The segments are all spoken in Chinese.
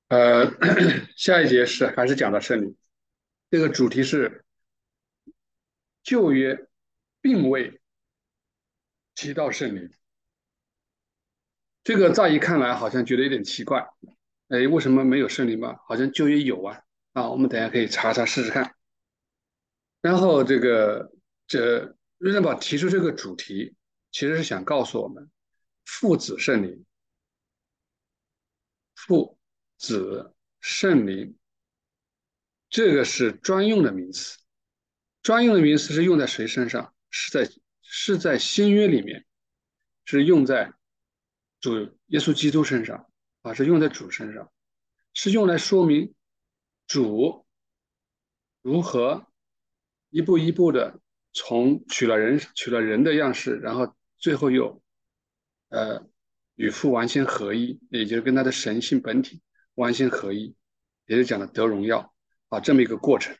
呃，下一节还是讲到圣灵，这个主题是旧约并未提到圣灵，这个乍一看来好像觉得有点奇怪，哎，为什么没有圣灵嘛？好像旧约有啊，啊，我们等一下可以查查试试看。然后热根宝提出这个主题，其实是想告诉我们，父子圣灵、父子圣灵，这个是专用的名词。专用的名词是用在谁身上？是在新约里面，是用在主耶稣基督身上啊，是用在主身上，是用来说明主如何一步一步的从取了人的样式，然后最后又呃与父完全合一，也就是跟他的神性本体完全合一，也就讲的得荣耀啊这么一个过程。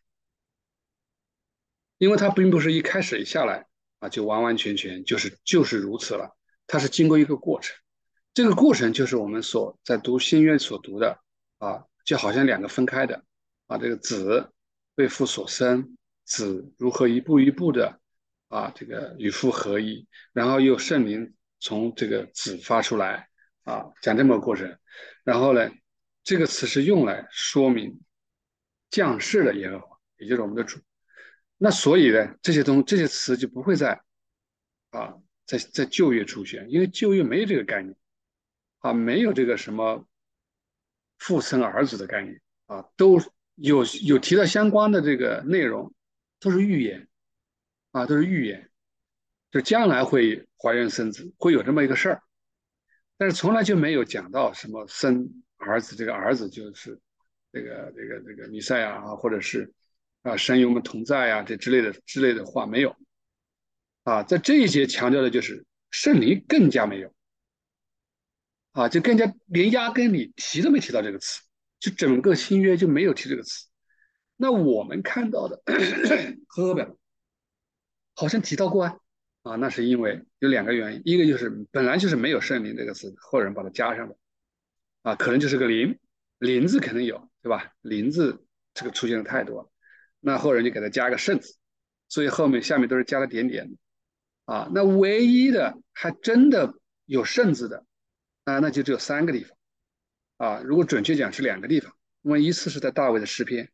因为它并不是一开始一下来啊就完完全全就是如此了，它是经过一个过程，这个过程就是我们在读新约所读的啊，就好像两个分开的啊，这个子为父所生，子如何一步一步的这个与父合一，然后又圣灵从这个子发出来讲这么个过程，然后呢，这个词是用来说明降世的耶和华，也就是我们的主。那所以呢，这些词就不会啊在旧约出现，因为旧约没有这个概念没有这个什么父生儿子的概念都有提到相关的这个内容，都是预言都是预言，就将来会怀孕生子，会有这么一个事儿，但是从来就没有讲到什么生儿子，这个儿子就是这个弥赛亚或者是神与我们同在这之类的话没有。在这一节强调的就是圣灵更加没有就更加连压根你提都没提到这个词，就整个新约就没有提这个词。那我们看到的和合本好像提到过那是因为有两个原因，一个就是本来就是没有圣灵这个词，后人把它加上的可能就是个灵，灵字可能有，对吧？灵字这个出现的太多了，那后人就给它加个圣字，所以后面下面都是加了点点的。那唯一的还真的有圣字的那就只有三个地方如果准确讲是两个地方，因为一次是在大卫的诗篇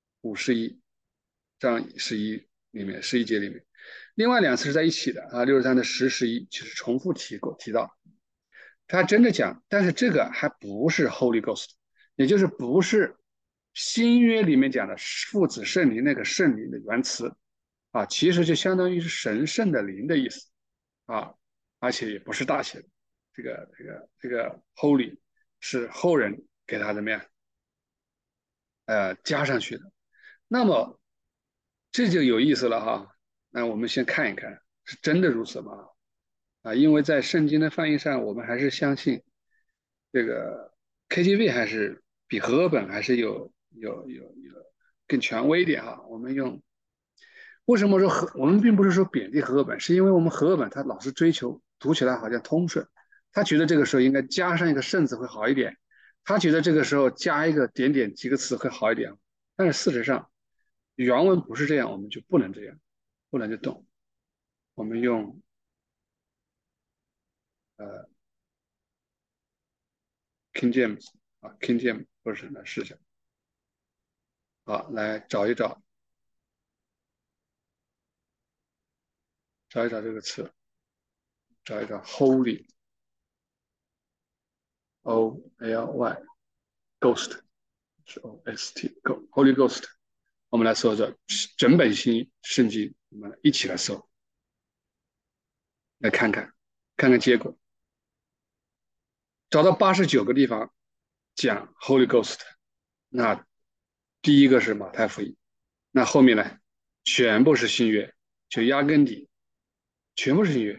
51章11里面11节里面，另外两次是在一起的63的10、11，就是重复提到。他真的讲，但是这个还不是 Holy Ghost，也就是不是新约里面讲的父子圣灵那个圣灵的原词其实就相当于是神圣的灵的意思啊，而且也不是大写的，这个 Holy 是后人给他怎么样加上去的。那么这就有意思了那我们先看一看，是真的如此吗？因为在圣经的翻译上，我们还是相信这个 KJV 还是比和合本还是有更权威一点我们为什么说我们并不是说贬低和合本，是因为我们和合本它老是追求读起来好像通顺，他觉得这个时候应该加上一个圣字会好一点，他觉得这个时候加一个点点几个词会好一点，但是事实上原文不是这样，我们就不能这样，不能就动。我们用呃 King James King James 不是来试一下来找一找这个词，找一找 Holy Holy Ghost 是 OST Holy Ghost，我们来搜这整本新圣经，我们一起来搜，来看看结果，找到89个地方讲 Holy Ghost，那第一个是马太福音，那后面呢全部是新约，就压根底全部是新约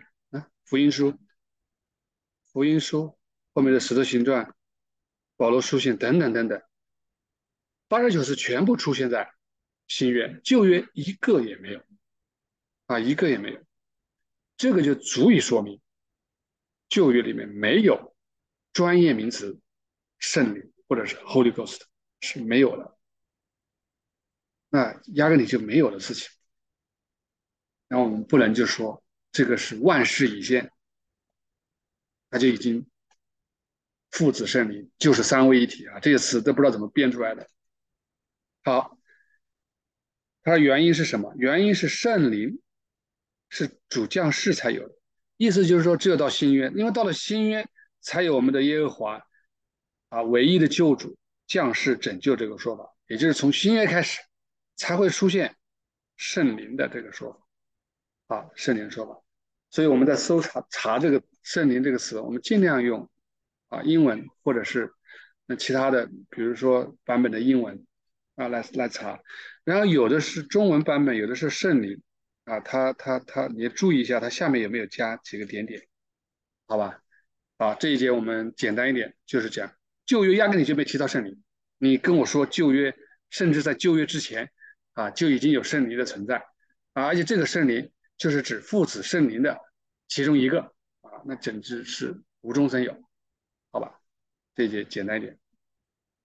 福音书后面的使徒行传、保罗书信等等等等，89是全部出现在新约，旧约一个也没有一个也没有，这个就足以说明旧约里面没有专业名词圣灵或者是 Holy Ghost 是没有的，那压根里就没有的事情。然后我们不能就说这个是万事已现，它就已经父子圣灵就是三位一体啊，这些词都不知道怎么编出来的。好，它的原因是什么？原因是圣灵是主降世才有的，意思就是说，只有到新约，因为到了新约才有我们的耶和华啊，唯一的救主降世拯救这个说法，也就是从新约开始才会出现圣灵的这个说法啊，圣灵说法。所以我们在查这个圣灵这个词，我们尽量用啊英文或者是其他的，比如说版本的英文啊来查。然后有的是中文版本，有的是圣灵啊，你注意一下，它下面有没有加几个点点，好吧？啊，这一节我们简单一点，就是讲旧约压根你就没提到圣灵，你跟我说旧约，甚至在旧约之前啊就已经有圣灵的存在啊，而且这个圣灵就是指父子圣灵的其中一个啊，那简直是无中生有，好吧？这一节简单一点。